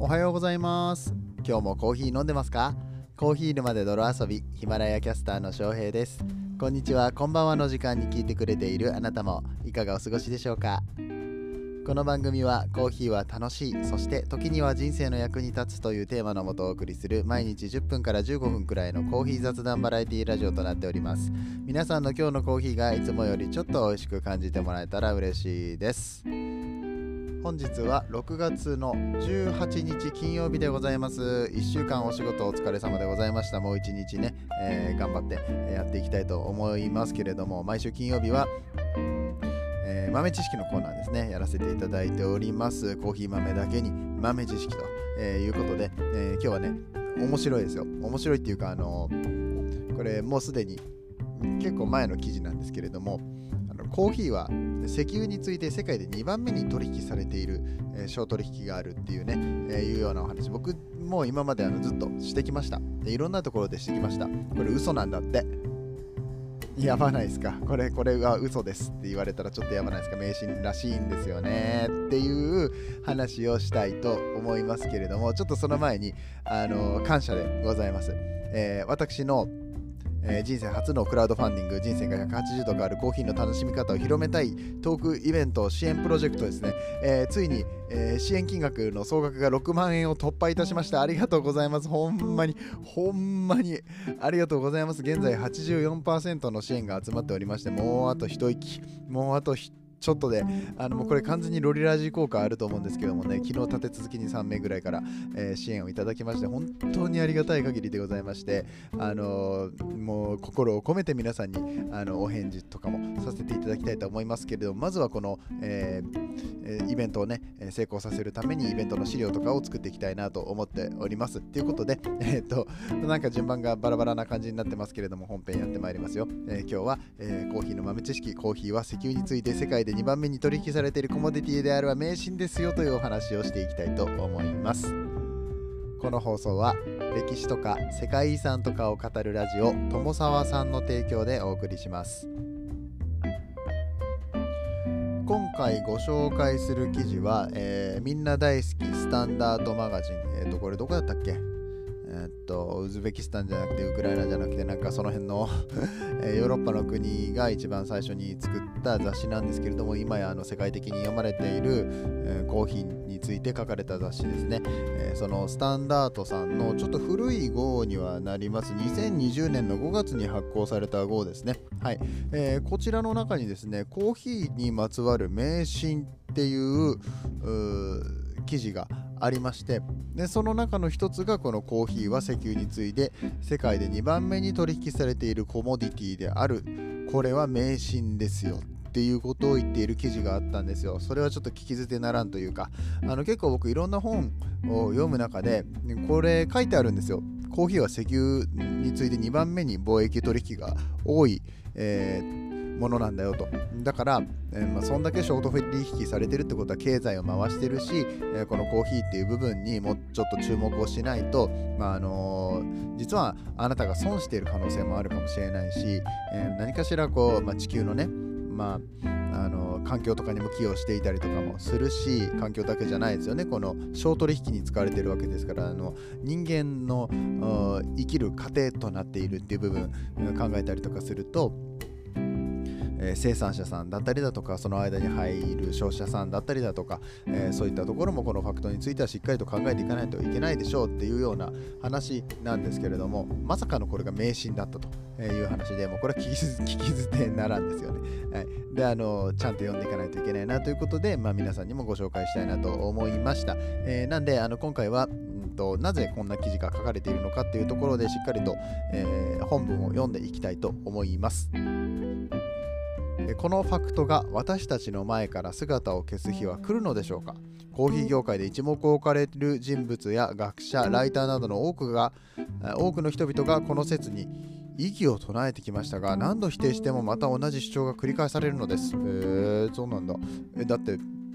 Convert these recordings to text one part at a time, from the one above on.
おはようございます。今日もコーヒー飲んでますか？コーヒー沼で泥遊び、ヒマラヤキャスターの翔平です。こんにちは、こんばんはの時間に聞いてくれているあなたもいかがお過ごしでしょうか？この番組はコーヒーは楽しい、そして時には人生の役に立つというテーマのもとお送りする毎日10分から15分くらいのコーヒー雑談バラエティラジオとなっております。皆さんの今日のコーヒーがいつもよりちょっと美味しく感じてもらえたら嬉しいです。本日は6月の18日金曜日でございます。1週間お仕事お疲れ様でございました。もう1日ね、頑張ってやっていきたいと思いますけれども、毎週金曜日は豆知識のコーナーですね、やらせていただいております。コーヒー豆だけに豆知識ということで、今日はね、面白いですよ。面白いっていうか、これもうすでに結構前の記事なんですけれども、コーヒーは石油について世界で2番目に取引されている、小取引があるっていうね、いうようなお話、僕も今までずっとしてきました。で、いろんなところでしてきました。これ嘘なんだって。やばないですか？これが嘘ですって言われたらちょっとやばないですか？迷信らしいんですよねっていう話をしたいと思いますけれども、ちょっとその前に感謝でございます。私の人生初のクラウドファンディング、人生が180度変わるコーヒーの楽しみ方を広めたいトークイベント支援プロジェクトですね、ついに、支援金額の総額が6万円を突破いたしました。ありがとうございます。ほんまにありがとうございます。現在 84% の支援が集まっておりまして、もうあと一息、もうあとちょっとでもうこれ完全にロリラジ効果あると思うんですけどもね、昨日立て続けに3名ぐらいから、支援をいただきまして、本当にありがたい限りでございまして、もう心を込めて皆さんにお返事とかもさせていただきたいと思いますけれども、まずはこの、イベントをね成功させるためにイベントの資料とかを作っていきたいなと思っておりますということで、なんか順番がバラバラな感じになってますけれども、本編やってまいりますよ。今日は、コーヒーの豆知識、コーヒーは石油について世界で2番目に取引されているコモディティであるは迷信ですよというお話をしていきたいと思います。この放送は歴史とか世界遺産とかを語るラジオ友沢さんの提供でお送りします。今回ご紹介する記事は、みんな大好きスタンダードマガジン、これどこだったっけ？ウズベキスタンじゃなくてウクライナじゃなくて、なんかその辺のヨーロッパの国が一番最初に作った雑誌なんですけれども、今や世界的に読まれている、コーヒーについて書かれた雑誌ですね。そのスタンダードさんのちょっと古い号にはなります。2020年の5月に発行された号ですね。はい。こちらの中にですね、コーヒーにまつわる迷信っていう記事がありまして、でその中の一つがこのコーヒーは石油に次いで世界で2番目に取引されているコモディティである、これは迷信ですよっていうことを言っている記事があったんですよ。それはちょっと聞き捨てならんというか、結構僕いろんな本を読む中でこれ書いてあるんですよ。コーヒーは石油に次いで2番目に貿易取引が多い、ものなんだよと。だから、そんだけショート取引されてるってことは経済を回してるし、このコーヒーっていう部分にもうちょっと注目をしないと、実はあなたが損している可能性もあるかもしれないし、何かしらこう、地球のね、環境とかにも寄与していたりとかもするし、環境だけじゃないですよね。この小取引に使われているわけですから、人間の生きる糧となっているっていう部分考えたりとかすると、生産者さんだったりだとか、その間に入る消費者さんだったりだとか、そういったところもこのファクトについてはしっかりと考えていかないといけないでしょうっていうような話なんですけれども、まさかのこれが迷信だったという話で、もうこれは聞き捨てならんですよね。はい、でちゃんと読んでいかないといけないなということで、皆さんにもご紹介したいなと思いました。なんで今回はなぜこんな記事が書かれているのかっていうところでしっかりと、本文を読んでいきたいと思います。このファクトが私たちの前から姿を消す日は来るのでしょうか？コーヒー業界で一目置かれる人物や学者、ライターなどの多くの人々がこの説に異議を唱えてきましたが、何度否定してもまた同じ主張が繰り返されるのです。そうなんだ。だって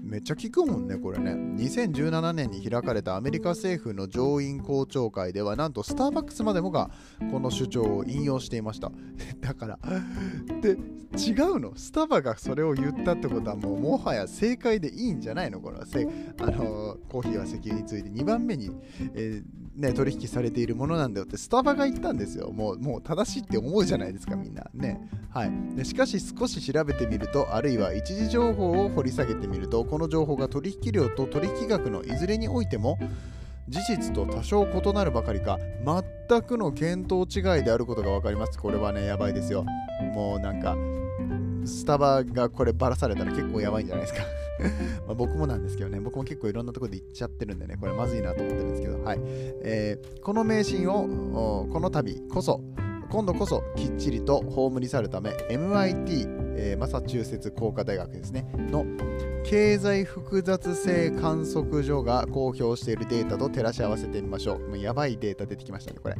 めっちゃ聞くもんねこれね。2017年に開かれたアメリカ政府の上院公聴会ではなんとスターバックスまでもがこの主張を引用していましただからで違うの、スタバがそれを言ったってことはもはや正解でいいんじゃないの。これはコーヒーは石油について2番目に、取引されているものなんだよってスタバが言ったんですよ。もう正しいって思うじゃないですかみんなね。はい。でしかし少し調べてみると、あるいは一時情報を掘り下げてみると、この情報が取引量と取引額のいずれにおいても事実と多少異なるばかりか全くの見当違いであることが分かります。これはねやばいですよ。もうなんかスタバがこれバラされたら結構やばいんじゃないですか僕もなんですけどね、僕も結構いろんなところで言っちゃってるんでね、これまずいなと思ってるんですけど、はい。この迷信をこの度今度こそきっちりと葬り去るため MIT、マサチューセッツ工科大学ですねの経済複雑性観測所が公表しているデータと照らし合わせてみましょう。もうやばいデータ出てきましたねこれ。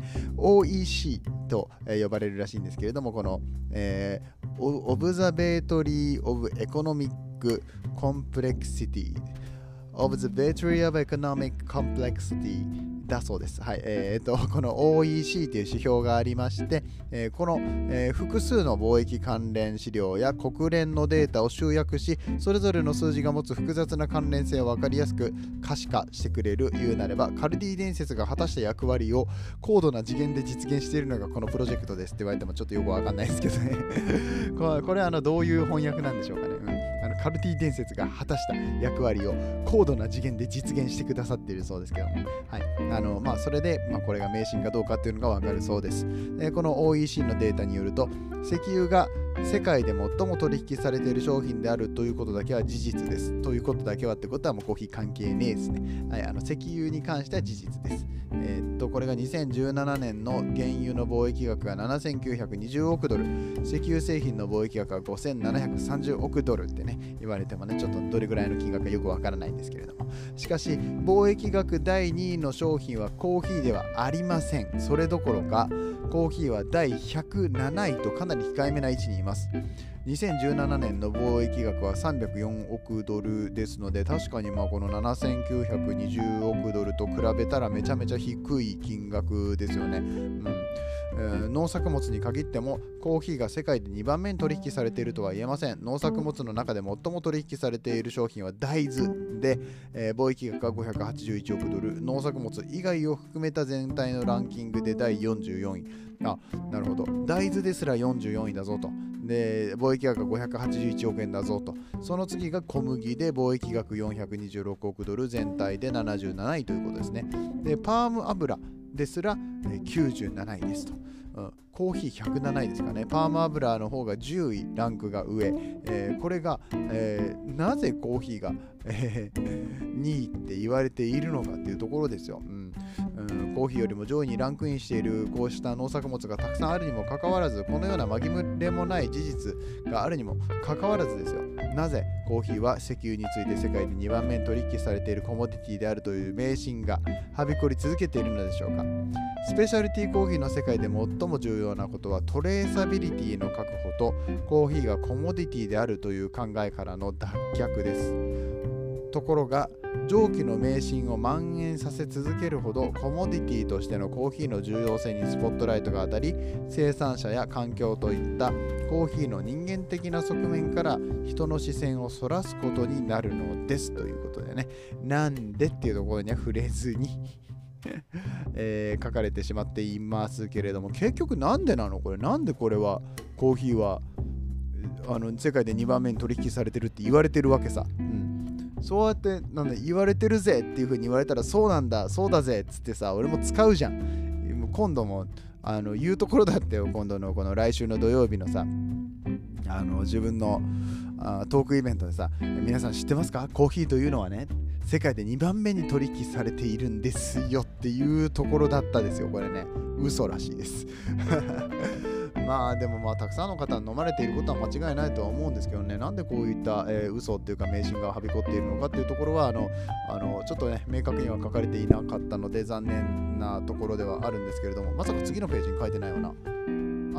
OEC と呼ばれるらしいんですけれども、この、Observatory of Economic Complexity Observatory of Economic Complexityだそうです。はい。この OEC という指標がありまして、この、複数の貿易関連資料や国連のデータを集約し、それぞれの数字が持つ複雑な関連性を分かりやすく可視化してくれる。言うなれば、カルディ伝説が果たした役割を高度な次元で実現しているのがこのプロジェクトですって言われてもちょっとよくわかんないですけどねこれはどういう翻訳なんでしょうかね。カルティ伝説が果たした役割を高度な次元で実現してくださっているそうですけども、はい。それで、これが迷信かどうかっていうのがわかるそうです。この OEC のデータによると、石油が世界で最も取引されている商品であるということだけは事実です。ということだけはってことはもうコーヒー関係ねえですね。はい、石油に関しては事実です。これが2017年の原油の貿易額が7920億ドル、石油製品の貿易額が5730億ドルってね、言われてもね、ちょっとどれぐらいの金額かよくわからないんですけれども。しかし、貿易額第2位の商品はコーヒーではありません。それどころか、コーヒーは第107位とかなり控えめな位置にいます。2017年の貿易額は304億ドルですので、確かにこの7920億ドルと比べたらめちゃめちゃ低い金額ですよね。農作物に限ってもコーヒーが世界で2番目に取引されているとは言えません。農作物の中で最も取引されている商品は大豆で、貿易額は581億ドル、農作物以外を含めた全体のランキングで第44位。なるほど。大豆ですら44位だぞと。で、貿易額が581億円だぞと。その次が小麦で貿易額426億ドル、全体で77位ということですね。で、パーム油ですら97位ですと。コーヒー107位ですかね。パーム油の方が10位、ランクが上。これが、なぜコーヒーが、2位って言われているのかっていうところですよ。コーヒーよりも上位にランクインしているこうした農作物がたくさんあるにもかかわらず、このような紛れもない事実があるにもかかわらずですよ。なぜコーヒーは石油について世界で2番目に取引されているコモディティであるという迷信がはびこり続けているのでしょうか。スペシャリティコーヒーの世界で最も重要なことはトレーサビリティの確保とコーヒーがコモディティであるという考えからの脱却です。ところが上記の迷信を蔓延させ続けるほどコモディティとしてのコーヒーの重要性にスポットライトが当たり、生産者や環境といったコーヒーの人間的な側面から人の視線をそらすことになるのですということでね、なんでっていうところには触れずに書かれてしまっていますけれども、結局なんでなのこれ。なんでこれはコーヒーは世界で2番目に取引されてるって言われてるわけさ。そうやって言われてるぜっていう風に言われたら、そうなんだそうだぜっつってさ、俺も使うじゃん。今度も言うところだってよ。今度のこの来週の土曜日のさ、自分のトークイベントでさ、皆さん知ってますか、コーヒーというのはね世界で2番目に取引されているんですよっていうところだったですよ。これね、嘘らしいですでもたくさんの方飲まれていることは間違いないとは思うんですけどね、なんでこういった、嘘っていうか迷信がはびこっているのかっていうところはちょっとね明確には書かれていなかったので残念なところではあるんですけれども、まさか次のページに書いてないよな。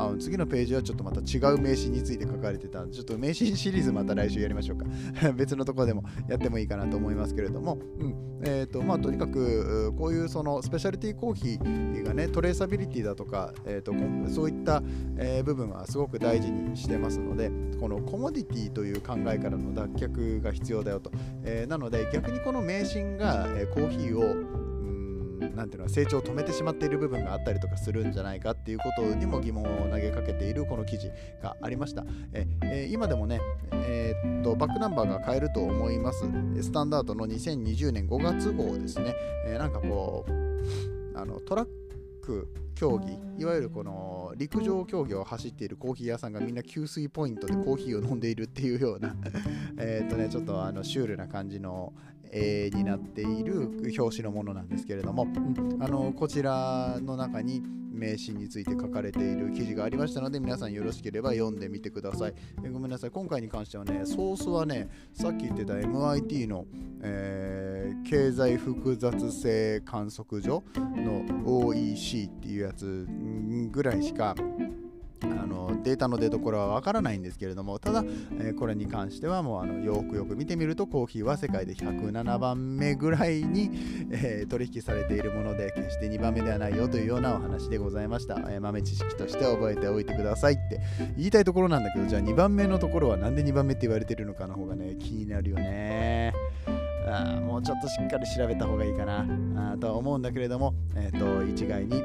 次のページはちょっとまた違う名詞について書かれてたんで、ちょっと名詞シリーズまた来週やりましょうか別のところでもやってもいいかなと思いますけれども、とにかくこういうそのスペシャルティーコーヒーがね、トレーサビリティだとか、そういった、部分はすごく大事にしてますので、このコモディティという考えからの脱却が必要だよと、なので逆にこの迷信が、コーヒーをなんていうの成長を止めてしまっている部分があったりとかするんじゃないかっていうことにも疑問を投げかけているこの記事がありました。今でもね、バックナンバーが買えると思います。スタンダードの2020年5月号ですね。なんかこうトラック競技、いわゆるこの陸上競技を走っているコーヒー屋さんがみんな給水ポイントでコーヒーを飲んでいるっていうようなちょっとシュールな感じの絵になっている表紙のものなんですけれども、こちらの中に名詞について書かれている記事がありましたので、皆さんよろしければ読んでみてください。ごめんなさい、今回に関してはね、ソースはね、さっき言ってた MIT の、経済複雑性観測所の OEC っていうやつぐらいしかデータの出所はわからないんですけれども、ただ、これに関してはもうよく見てみると、コーヒーは世界で107番目ぐらいに、取引されているもので、決して2番目ではないよというようなお話でございました。豆知識として覚えておいてくださいって言いたいところなんだけど、じゃあ2番目のところはなんで2番目って言われてるのかの方がね、気になるよね。もうちょっとしっかり調べた方がいいかなとは思うんだけれども、一概に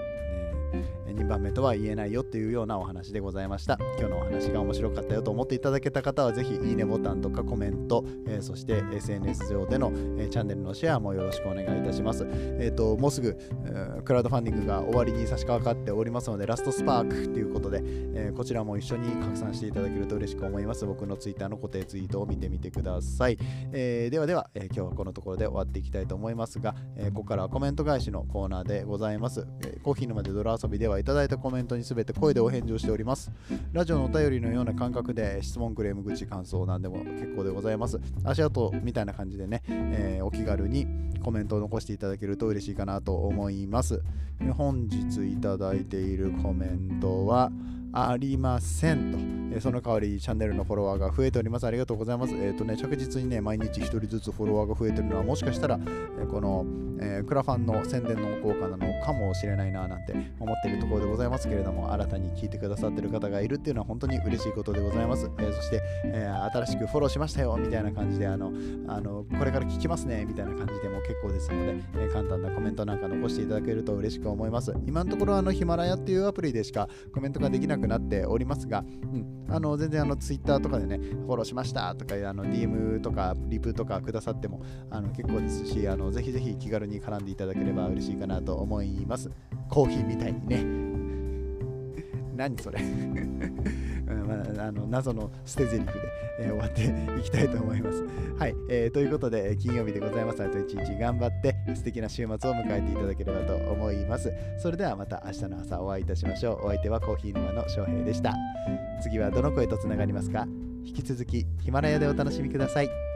2番目とは言えないよっていうようなお話でございました。今日のお話が面白かったよと思っていただけた方は、ぜひいいねボタンとかコメント、そして SNS 上での、チャンネルのシェアもよろしくお願いいたします。もうすぐ、クラウドファンディングが終わりに差し掛かっておりますので、ラストスパークということで、こちらも一緒に拡散していただけると嬉しく思います。僕のツイッターの固定ツイートを見てみてください。では、今日はこのところで終わっていきたいと思いますが、ここからはコメント返しのコーナーでございます。コーヒー沼で泥遊びではいただいたコメントにすべて声でお返事をしております。ラジオのお便りのような感覚で質問、クレーム、愚痴、感想なんでも結構でございます。足跡みたいな感じでね、お気軽にコメントを残していただけると嬉しいかなと思います。本日いただいているコメントはありませんと、その代わりチャンネルのフォロワーが増えております。ありがとうございます。着実にね、毎日1人ずつフォロワーが増えてるのは、もしかしたら、この、クラファンの宣伝の効果なのかもしれないななんて思っているところでございますけれども、新たに聞いてくださっている方がいるっていうのは本当に嬉しいことでございます。そして、新しくフォローしましたよみたいな感じで、これから聞きますねみたいな感じでも結構ですので、簡単なコメントなんか残していただけると嬉しく思います。今のところヒマラヤっていうアプリでしかコメントができなくなっておりますが、全然ツイッターとかでね、フォローしましたとかDM とかリプとかくださっても結構ですし、ぜひぜひ気軽に絡んでいただければ嬉しいかなと思います。コーヒーみたいにね何それ謎の捨て台詞で、終わっていきたいと思います。はい、ということで金曜日でございます。あと一日頑張って素敵な週末を迎えていただければと思います。それではまた明日の朝お会いいたしましょう。お相手はコーヒー沼の翔平でした。次はどの声とつながりますか？引き続きヒマラヤでお楽しみください。